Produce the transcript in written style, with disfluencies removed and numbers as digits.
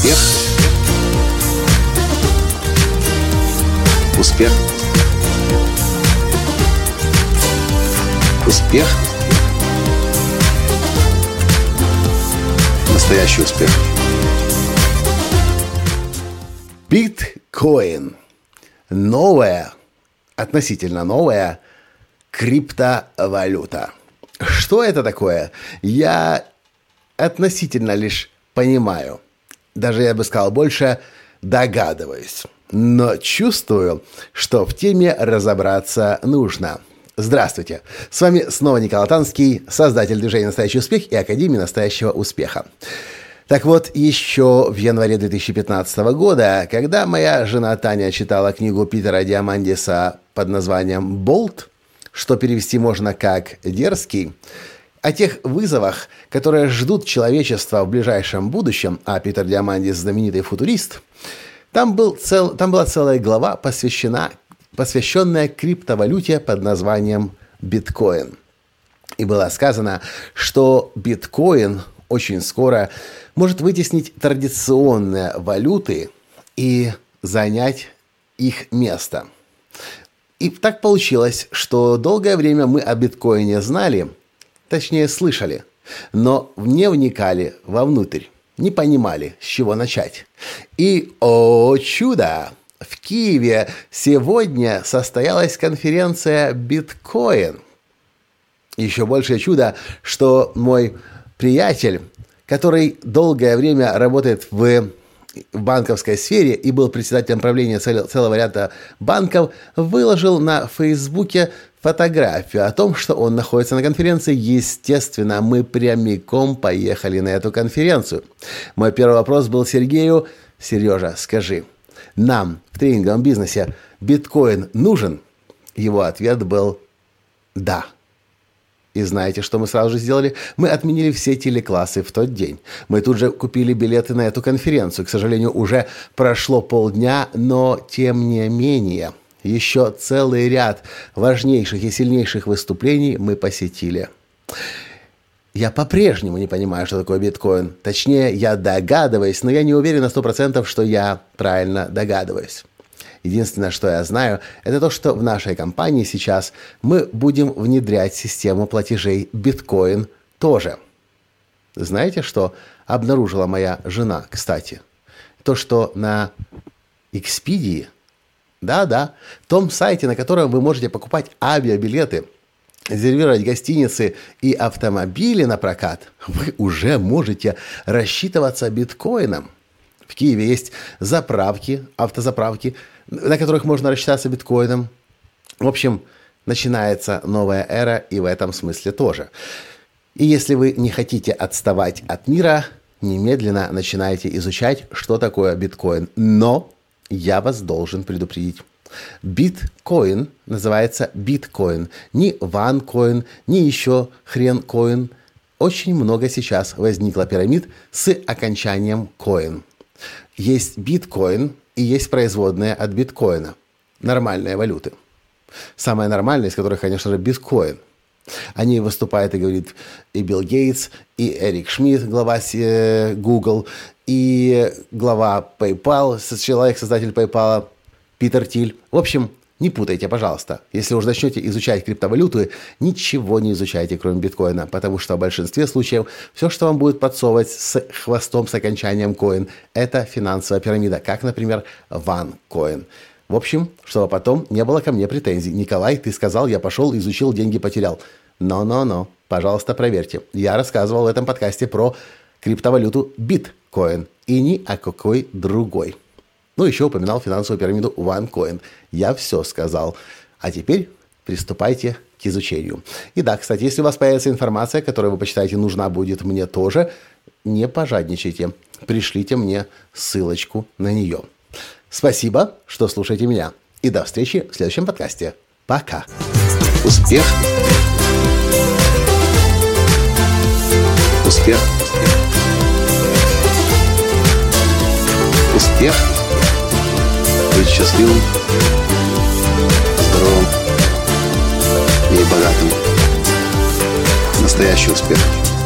Успех. Успех. Успех. Настоящий успех. Биткоин. Относительно новая криптовалюта. Что это такое? Я относительно лишь понимаю. Даже, я бы сказал, больше догадываюсь. Но чувствую, что в теме разобраться нужно. Здравствуйте! С вами снова Николай Танский, создатель движения «Настоящий успех» и Академии настоящего успеха. Так вот, еще в январе 2015 года, когда моя жена Таня читала книгу Питера Диамандиса под названием «Болт», что перевести можно как «дерзкий», о тех вызовах, которые ждут человечество в ближайшем будущем, а Питер Диамандис – знаменитый футурист, там была целая глава, посвященная криптовалюте под названием биткоин. И было сказано, что биткоин очень скоро может вытеснить традиционные валюты и занять их место. И так получилось, что долгое время мы о биткоине знали, точнее слышали, но не вникали вовнутрь, не понимали, с чего начать. И, о чудо, в Киеве сегодня состоялась конференция «Биткоин». Еще большее чудо, что мой приятель, который долгое время работает в банковской сфере и был председателем правления целого ряда банков, выложил на Фейсбуке фотографию о том, что он находится на конференции. Естественно, мы прямиком поехали на эту конференцию. Мой первый вопрос был Сергею: «Сережа, скажи, нам в тренинговом бизнесе биткоин нужен?» Его ответ был «да». И знаете, что мы сразу же сделали? Мы отменили все телеклассы в тот день. Мы тут же купили билеты на эту конференцию. К сожалению, уже прошло полдня, но тем не менее, еще целый ряд важнейших и сильнейших выступлений мы посетили. Я по-прежнему не понимаю, что такое биткоин. Точнее, я догадываюсь, но я не уверен на 100%, что я правильно догадываюсь. Единственное, что я знаю, это то, что в нашей компании сейчас мы будем внедрять систему платежей биткоин тоже. Знаете, что обнаружила моя жена, кстати? То, что на Expedia, да, том сайте, на котором вы можете покупать авиабилеты, резервировать гостиницы и автомобили на прокат, вы уже можете рассчитываться биткоином. В Киеве есть автозаправки, на которых можно рассчитаться биткоином. В общем, начинается новая эра и в этом смысле тоже. И если вы не хотите отставать от мира, немедленно начинайте изучать, что такое биткоин. Но я вас должен предупредить. Биткоин называется биткоин. Не ванкоин, не еще хренкоин. Очень много сейчас возникло пирамид с окончанием коин. Есть биткоин и есть производные от биткоина. Нормальные валюты. Самая нормальная из которых, конечно же, биткоин. Они выступают и говорит и Билл Гейтс, и Эрик Шмидт, глава Google, и глава PayPal, человек, создатель PayPal, Питер Тиль. В общем, не путайте, пожалуйста. Если уже начнете изучать криптовалюты, ничего не изучайте, кроме биткоина, потому что в большинстве случаев все, что вам будет подсовывать с хвостом, с окончанием коин, это финансовая пирамида, как, например, OneCoin. В общем, чтобы потом не было ко мне претензий. Николай, ты сказал, я пошел, изучил, деньги потерял. Но, пожалуйста, проверьте. Я рассказывал в этом подкасте про криптовалюту биткоин и ни о какой другой. Ну, еще упоминал финансовую пирамиду OneCoin. Я все сказал. А теперь приступайте к изучению. И да, кстати, если у вас появится информация, которая вы посчитаете нужна будет мне тоже, не пожадничайте. Пришлите мне ссылочку на нее. Спасибо, что слушаете меня. И до встречи в следующем подкасте. Пока. Успех. Успех. Успех. Быть счастливым, здоровым и богатым. Настоящий успех.